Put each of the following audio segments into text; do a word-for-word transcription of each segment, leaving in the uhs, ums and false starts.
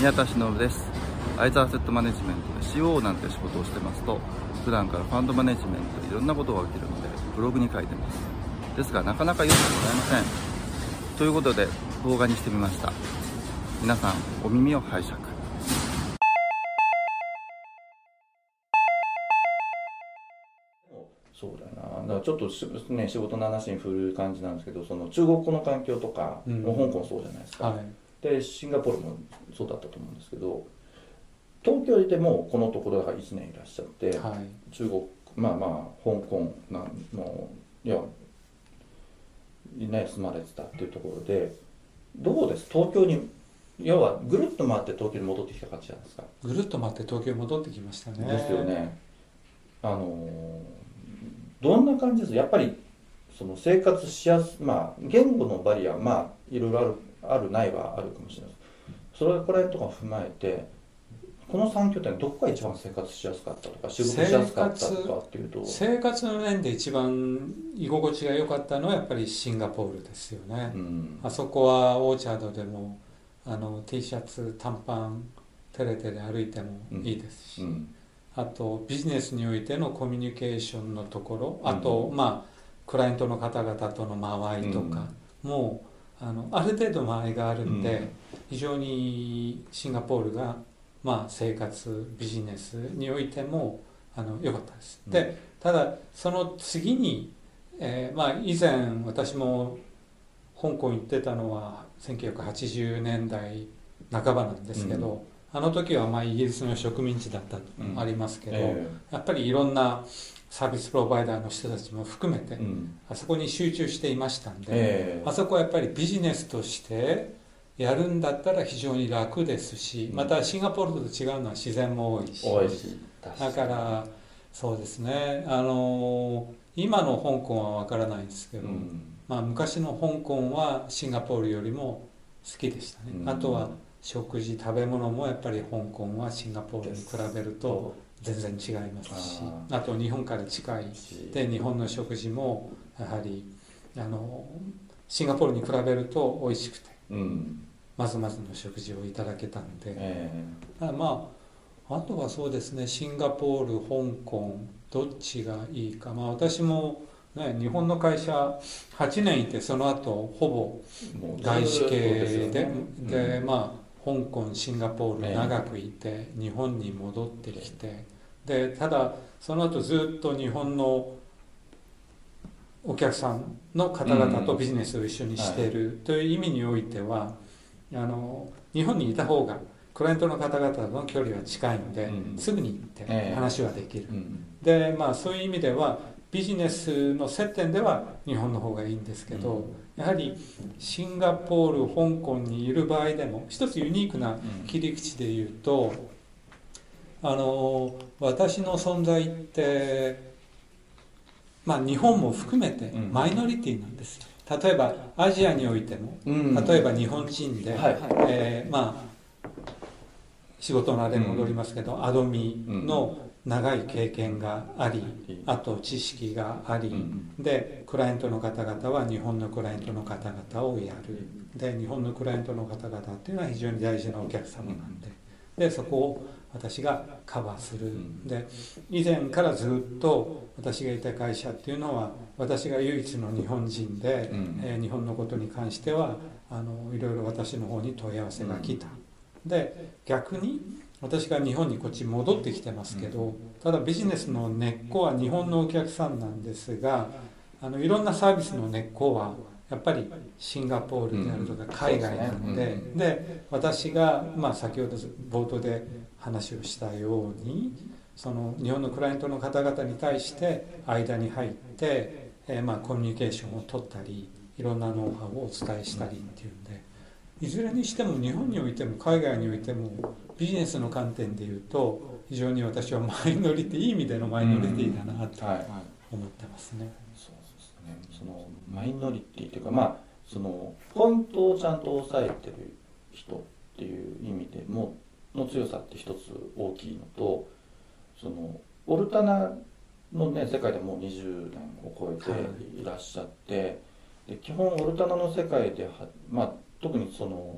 宮田忍です。アイザーアセットマネジメントで シーオー なんて仕事をしてますと、普段からファンドマネジメントでいろんなことが起きるのでブログに書いてます。ですがなかなか読んでもらえません。ということで動画にしてみました。皆さんお耳を拝借。 そうだな、だからちょっとね、仕事の話に振る感じなんですけど、その中国語の環境とか、うん、もう香港そうじゃないですか、はい、でシンガポールもそうだったと思うんですけど、東京でもこのところがいちねんいらっしゃって、はい、中国まあまあ香港のいやね住まれてたっていうところで、どうです東京に、要はぐるっと回って東京に戻ってきた感じじゃないですか。 ぐるっと回って東京に戻ってきましたね。 ですよね。あのどんな感じです？やっぱりその生活しやす、まあ言語のバリアはまあいろいろあるあるないはあるかもしれないです。それこら辺とかを踏まえて、このさん拠点どこが一番生活しやすかったとか仕事しやすかったとかっていうと、 生活の面で一番居心地が良かったのはやっぱりシンガポールですよね、うん、あそこはオーチャードでもあの T シャツ短パンテレテレ歩いてもいいですし、うんうん、あとビジネスにおいてのコミュニケーションのところ、あと、うん、まあクライアントの方々との間合いとかも、うん、あのある程度間合いがあるんで、うん、非常にシンガポールが、まあ、生活ビジネスにおいてもあの良かったです、うん、でただその次に、えーまあ、以前私も香港行ってたのはせんきゅうひゃくはちじゅうねんだいなかばなんですけど、うん、あの時はまあイギリスの植民地だったのもありますけど、うんえー、やっぱりいろんなサービスプロバイダーの人たちも含めて、うん、あそこに集中していましたんで、えー、あそこはやっぱりビジネスとしてやるんだったら非常に楽ですし、またシンガポールと違うのは自然も多いし、 多いしだからそうですね、あの今の香港は分からないんですけど、うんまあ、昔の香港はシンガポールよりも好きでしたね、うん、あとは食事食べ物もやっぱり香港はシンガポールに比べると全然違いますし、あと日本から近いで日本の食事もやはりあのシンガポールに比べると美味しくて、うん、まずまずの食事をいただけたので、えー、まああとはそうですね、シンガポール香港どっちがいいか、まあ私もね、日本の会社はちねんいて、その後ほぼ外資系 で, で、ねうん、でまあ香港シンガポール長くいて、えー、日本に戻ってきて、でただその後ずっと日本のお客さんの方々とビジネスを一緒にしているという意味においては、あの日本にいた方がクライアントの方々の距離は近いので、うん、すぐに行って話はできる、えーうん、でまあそういう意味ではビジネスの接点では日本の方がいいんですけど、うん、やはりシンガポール香港にいる場合でも一つユニークな切り口で言うと、うん、あの私の存在ってまあ、日本も含めてマイノリティなんですよ。例えばアジアにおいても、うん、例えば日本人で、はいえー、まあ仕事のあれに戻りますけど、うん、アドミの長い経験があり、うん、あと知識があり、うん、でクライアントの方々は日本のクライアントの方々をやる、で日本のクライアントの方々っていうのは非常に大事なお客様なんで、でそこを私がカバーする、うん、で以前からずっと私がいた会社っていうのは私が唯一の日本人で、うんえー、日本のことに関してはあのいろいろ私の方に問い合わせが来た、うん、で逆に私が日本にこっち戻ってきてますけど、うん、ただビジネスの根っこは日本のお客さんなんですが、あのいろんなサービスの根っこはやっぱりシンガポールであるとか海外なので、うん、で私が、まあ、先ほど冒頭で話をしたようにその日本のクライアントの方々に対して間に入って、えー、まあコミュニケーションを取ったりいろんなノウハウをお伝えしたりっていうんで、いずれにしても日本においても海外においてもビジネスの観点でいうと非常に私はマイノリティいい意味でのマイノリティだなと思ってますね。 そのマイノリティというか、まあそのポイントをちゃんと押さえてる人っていう意味でもの強さって一つ大きいのと、そのオルタナのね世界でもうにじゅうねんを超えていらっしゃって、で基本オルタナの世界では、まあ、特にその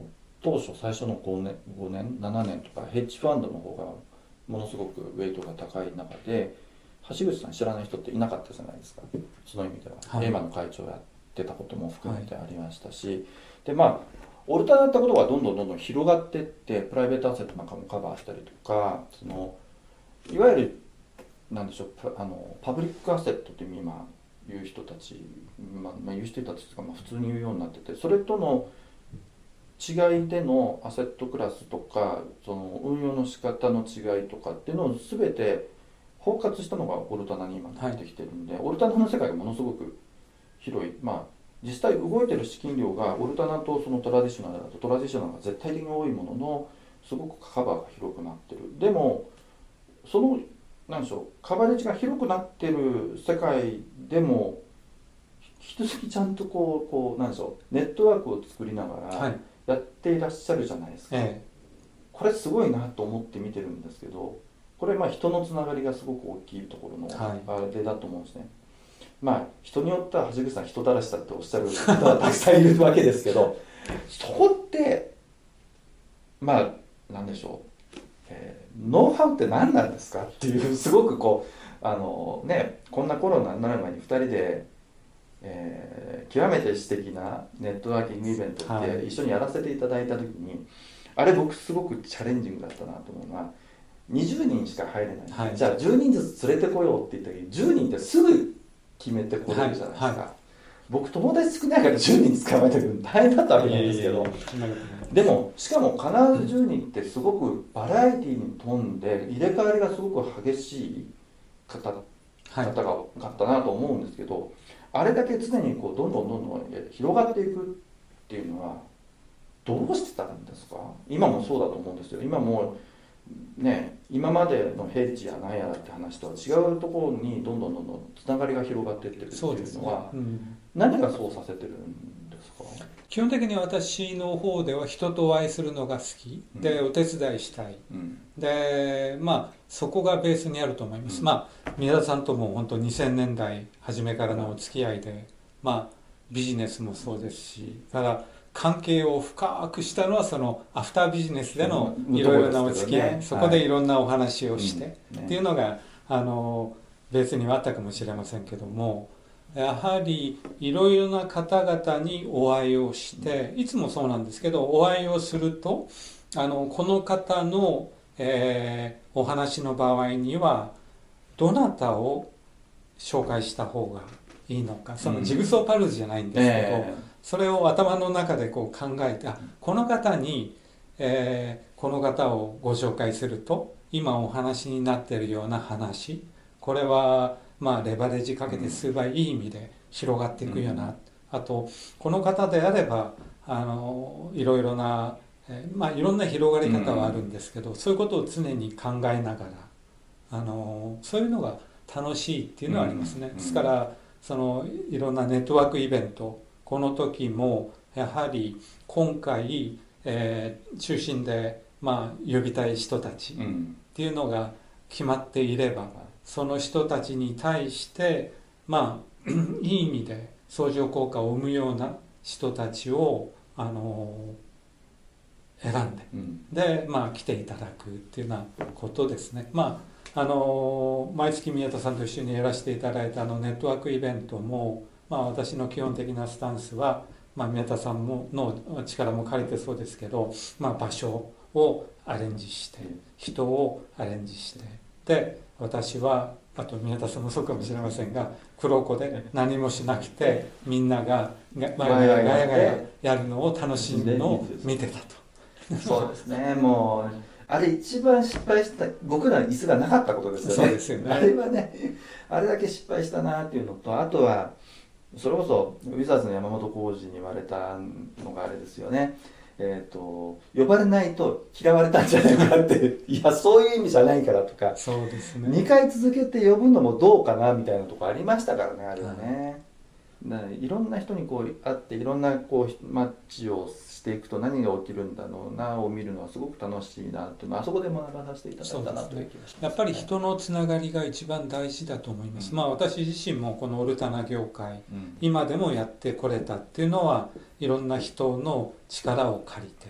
当初最初のごねん、ごねんななねんとかヘッジファンドの方がものすごくウェイトが高い中で、橋口さん知らない人っていなかったじゃないですか。その意味では、はい、エーマの会長をやってたことも含めてありましたし、はい、でまあオルタナってことがどんどんどんどん広がっていって、プライベートアセットなんかもカバーしたりとか、そのいわゆるなんでしょう、あのパブリックアセットって今言う人たち、まあ、まあ、言う人たちとか、まあ、普通に言うようになってて、それとの違いでのアセットクラスとか、その運用の仕方の違いとかっていうのを全て包括したのがオルタナに今なってきてるんで、はい、オルタナの世界がものすごく広い。まあ実際動いてる資金量がオルタナとそのトラディショナルだとトラディショナルが絶対的に多いものの、すごくカバーが広くなってる。でもそのなんでしょう、カバレッジが広くなってる世界でも引き続きちゃんとこうこうなんでしょう、ネットワークを作りながらやっていらっしゃるじゃないですか、はい、これすごいなと思って見てるんですけど、これまあ人のつながりがすごく大きいところのあれだと思うんですね、はい、まあ人によっては橋口さん人たらしだっておっしゃる人はたくさんいるわけですけどそこってまあなんでしょう、えー、ノウハウって何なんですかっていうすごくこうあのね、こんなコロナになる前にふたりで、えー、極めて私的なネットワーキングイベントって一緒にやらせていただいた時に、はい、あれ僕すごくチャレンジングだったなと思うのは、にじゅうにんしか入れない、はい、じゃあじゅうにんずつ連れてこようって言った時にじゅうにんってすぐ決めてこれるじゃないですか、はいはい、僕友達少ないからじゅうにん捕まえてくるの大変だったわけなんですけど、でもしかも必ずじゅうにんってすごくバラエティに富んで入れ替わりがすごく激しい方、はい、方が多かったなと思うんですけど、あれだけ常にこうどんどんどんどん広がっていくっていうのはどうしてたんですか？今もそうだと思うんですよ。今もね、今までのヘッジや何やらって話とは違うところにどんどんどんどんつながりが広がっていってるっていうのは、ね、うん、何がそうさせてるんですか？ 基本的に私の方では人とお会いするのが好きで、うん、お手伝いしたい、うん、でまあそこがベースにあると思います、うん、まあ宮田さんとも本当にせんねんだい初めからのお付き合いで、まあビジネスもそうですし、ただ関係を深くしたのはそのアフタービジネスでのいろいろなお付き合い、そこでいろんなお話をしてっていうのがあのベースにはあったかもしれませんけども、やはりいろいろな方々にお会いをして、いつもそうなんですけどお会いをするとあのこの方の、えー、お話の場合にはどなたを紹介した方がいいのか、そのジグソーパズルじゃないんですけど、えーそれを頭の中でこう考えて、あ、この方に、えー、この方をご紹介すると今お話になっているような話、これはまあレバレッジかけて数倍いい意味で広がっていくような、うん、あとこの方であればあのいろいろな、えー、まあいろんな広がり方はあるんですけど、うん、そういうことを常に考えながらあのそういうのが楽しいっていうのはありますね、うん、ですからそのいろんなネットワークイベント、この時もやはり今回、えー、中心で、まあ、呼びたい人たちっていうのが決まっていれば、うん、その人たちに対して、まあ、いい意味で相乗効果を生むような人たちを、あのー、選んで、うん、で、まあ、来ていただくっていうようなことですね。まああのー、毎月宮田さんと一緒にやらせていただいたあのネットワークイベントも、まあ、私の基本的なスタンスは、まあ、宮田さんもの力も借りてそうですけど、まあ、場所をアレンジして人をアレンジして、で私はあと宮田さんもそうかもしれませんが黒子で何もしなくてみんながガヤガヤガヤガヤやるのを楽しむのを見てたと。 そうですね、もうあれ一番失敗した僕らに椅子がなかったことですよね。 そうですよね。 あれはね、あれだけ失敗したなっていうのと、あとはそれこそウィザーズの山本浩二に言われたのがあれですよね、えーと、呼ばれないと嫌われたんじゃないかっていやそういう意味じゃないからとか、 そうですね、 にかい続けて呼ぶのもどうかなみたいなとこありましたからね、あれはね、はい、だからいろんな人にこう会っていろんなこうマッチをしていくと何が起きるんだろうなを見るのはすごく楽しいなっていうのはあそこで学ばさせていただいたなという気がします、ね、 やっぱり人のつながりが一番大事だと思います、うん、まあ私自身もこのオルタナ業界、うん、今でもやってこれたっていうのはいろんな人の力を借りて、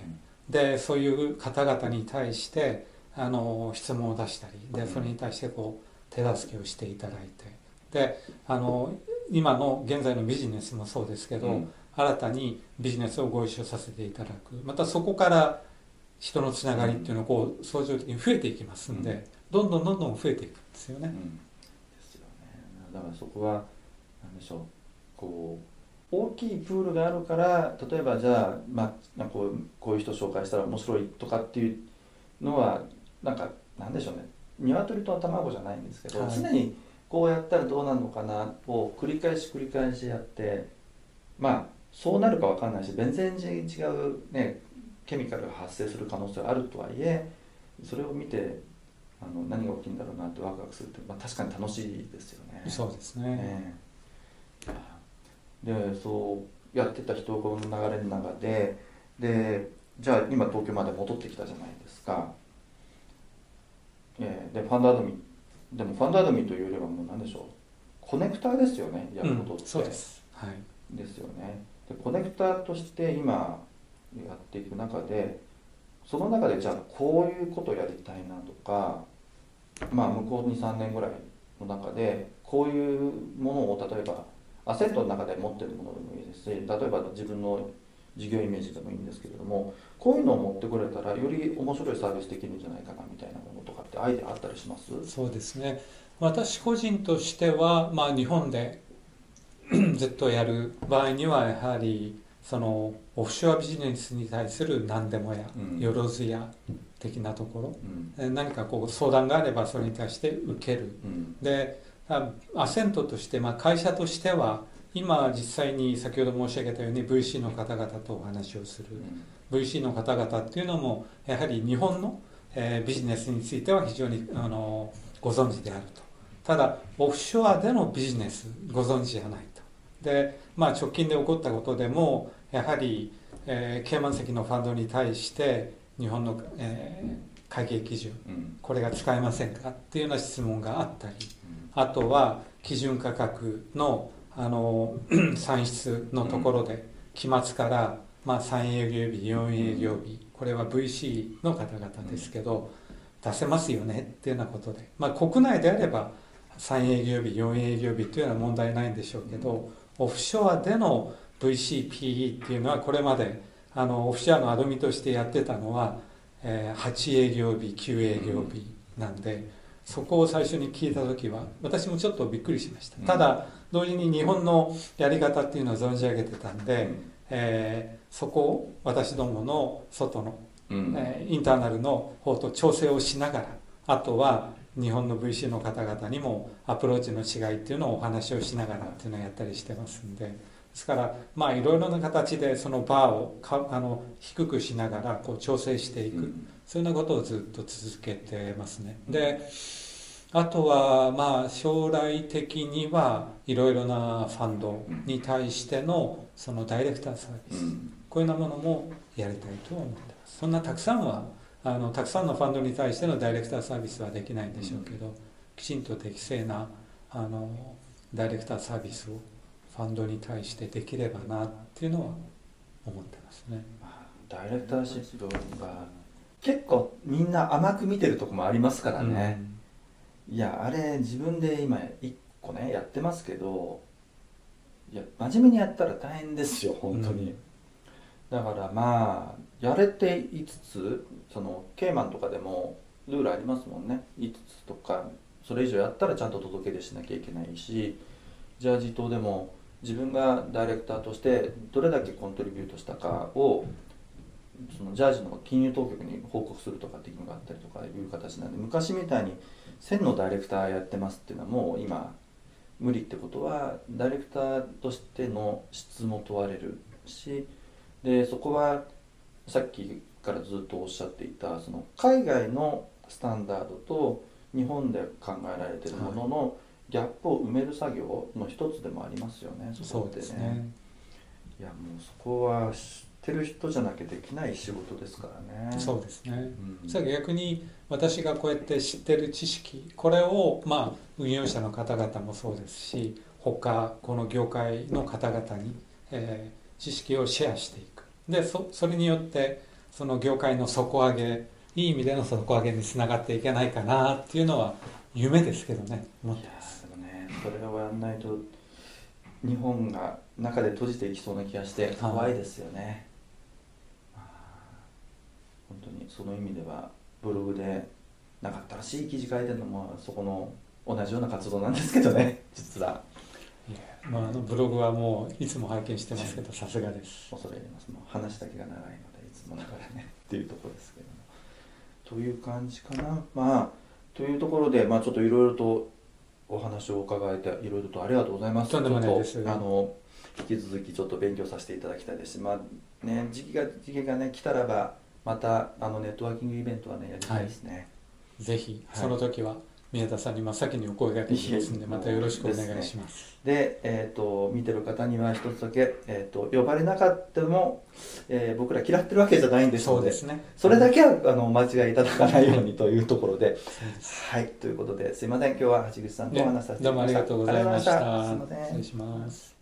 でそういう方々に対してあの質問を出したりでそれに対してこう手助けをしていただいてであの今の現在のビジネスもそうですけど、うん、新たにビジネスをご一緒させていただくまたそこから人のつながりっていうのがこう相乗的に増えていきますんで、うん、どんどんどんどん増えていくんですよね、うん、 ですよね。だからそこは何でしょうこう大きいプールがあるから例えばじゃあ、まあ、こう、こういう人紹介したら面白いとかっていうのはなんかなんでしょうね鶏と卵じゃないんですけど、はい、常にこうやったらどうなるのかなを繰り返し繰り返しやってまあそうなるか分かんないし全然違うねケミカルが発生する可能性があるとはいえそれを見てあの何が起きるんだろうなってワクワクするって、まあ、確かに楽しいですよね。 そうですね、 えー、でそうやってた人の流れの中ででじゃあ今東京まで戻ってきたじゃないですか、えー、でファンドアドミンでもファンドアドミンというよりはもう何でしょうコネクターですよねやることって、うん、 そうです、はい、 ですよね。でコネクターとして今やっていく中でその中でじゃあこういうことをやりたいなとかまあ向こうにさんねんぐらいの中でこういうものを例えばアセットの中で持ってるものでもいいですし例えば自分の事業イメージでもいいんですけれどもこういうのを持ってくれたらより面白いサービスできるんじゃないかなみたいなものとかってアイデアあったりします？ そうですね私個人としては、まあ、日本でずっとやる場合にはやはりそのオフショアビジネスに対する何でもや、うん、よろずや的なところ、うん、何かこう相談があればそれに対して受ける、うん、でアセントとして、まあ、会社としては今実際に先ほど申し上げたように ブイシー の方々とお話をする、うん、ブイシー の方々っていうのもやはり日本の、えー、ビジネスについては非常にあのご存知であるとただオフショアでのビジネスご存知じゃないとで、まあ、直近で起こったことでもやはり、えー、ケイマン席のファンドに対して日本の、えー、会計基準、うん、これが使えませんかっていうような質問があったり、うん、あとは基準価格の、あの算出のところで期末から、まあ、さん営業日よん営業日これは ブイシー の方々ですけど、うん、出せますよねっていうようなことで、まあ、国内であればさん営業日よん営業日というのは問題ないんでしょうけどオフショアでの ブイシーピーイー っていうのはこれまであのオフショアのアドミとしてやってたのは、えー、はち営業日きゅう営業日なんでそこを最初に聞いた時は私もちょっとびっくりしました。ただ同時に日本のやり方っていうのを存じ上げてたんで、えー、そこを私どもの外の、えー、インターナルの方と調整をしながらあとは日本の ブイシー の方々にもアプローチの違いっていうのをお話をしながらっていうのをやったりしてますんでですからまあいろいろな形でそのバーをかあの低くしながらこう調整していく、うん、そういうようなことをずっと続けてますね。であとはまあ将来的にはいろいろなファンドに対してのそのダイレクターサービス、うん、こういうようなものもやりたいと思ってます。そんなたくさんはあのたくさんのファンドに対してのダイレクターサービスはできないんでしょうけど、うん、きちんと適正なあのダイレクターサービスをファンドに対してできればなっていうのは思ってますね。 ダイレクターシップが結構みんな甘く見てるとこもありますからね、うん、いやあれ自分で今いっこねやってますけどいや真面目にやったら大変ですよ本当に、うん、だからまあやれていつつそのケイマンとかでもルールありますもんね。いつつとかそれ以上やったらちゃんと届け出しなきゃいけないしジャージ島でも自分がダイレクターとしてどれだけコントリビュートしたかをそのジャージの金融当局に報告するとかっていうのがあったりとかいう形なんで昔みたいにせんのダイレクターやってますっていうのはもう今無理ってことはダイレクターとしての質も問われるしでそこはさっきからずっとおっしゃっていたその海外のスタンダードと日本で考えられているもののギャップを埋める作業の一つでもありますよね。そこってね。そうですね。いやもうそこは知ってる人じゃなきゃできない仕事ですからね。 そうですね。うん、それ逆に私がこうやって知ってる知識これをまあ運用者の方々もそうですし他この業界の方々に、えー、知識をシェアしていく。で そ, それによってその業界の底上げ、いい意味での底上げにつながっていけないかなっていうのは夢ですけどね、思ってます。 いやでもね、それをやんないと日本が中で閉じていきそうな気がして怖いですよね。はい、本当にその意味ではブログでなんか新しい記事書いてるのもそこの同じような活動なんですけどね、実は。 いや、まあ、あのブログはもういつも拝見してますけど、さすがです。 恐れ入ります。もう話だけが長いのでいつもだからねっていうところですけども。という感じかな。まあというところで、まあ、ちょっといろいろとお話を伺えていろいろとありがとうございます。 とんでもないです。 あの引き続きちょっと勉強させていただきたいですし、まあね、時期が時期がね来たらばまたあのネットワーキングイベントはねやりたいですね。はい、 ぜひその時は宮田さんに真っ先にお声掛けしますので、またよろしくお願いします。 で、ね、えーと、見てる方には一つだけ、えーと、呼ばれなかったも、えー、僕ら嫌ってるわけじゃないんですので、 そうですね、 それだけはあの間違いいただかないようにというところで、はい、ということですいません、今日は橋口さんとお話しさせていただきました。 どうもありがとうございました。 すいません。 失礼します。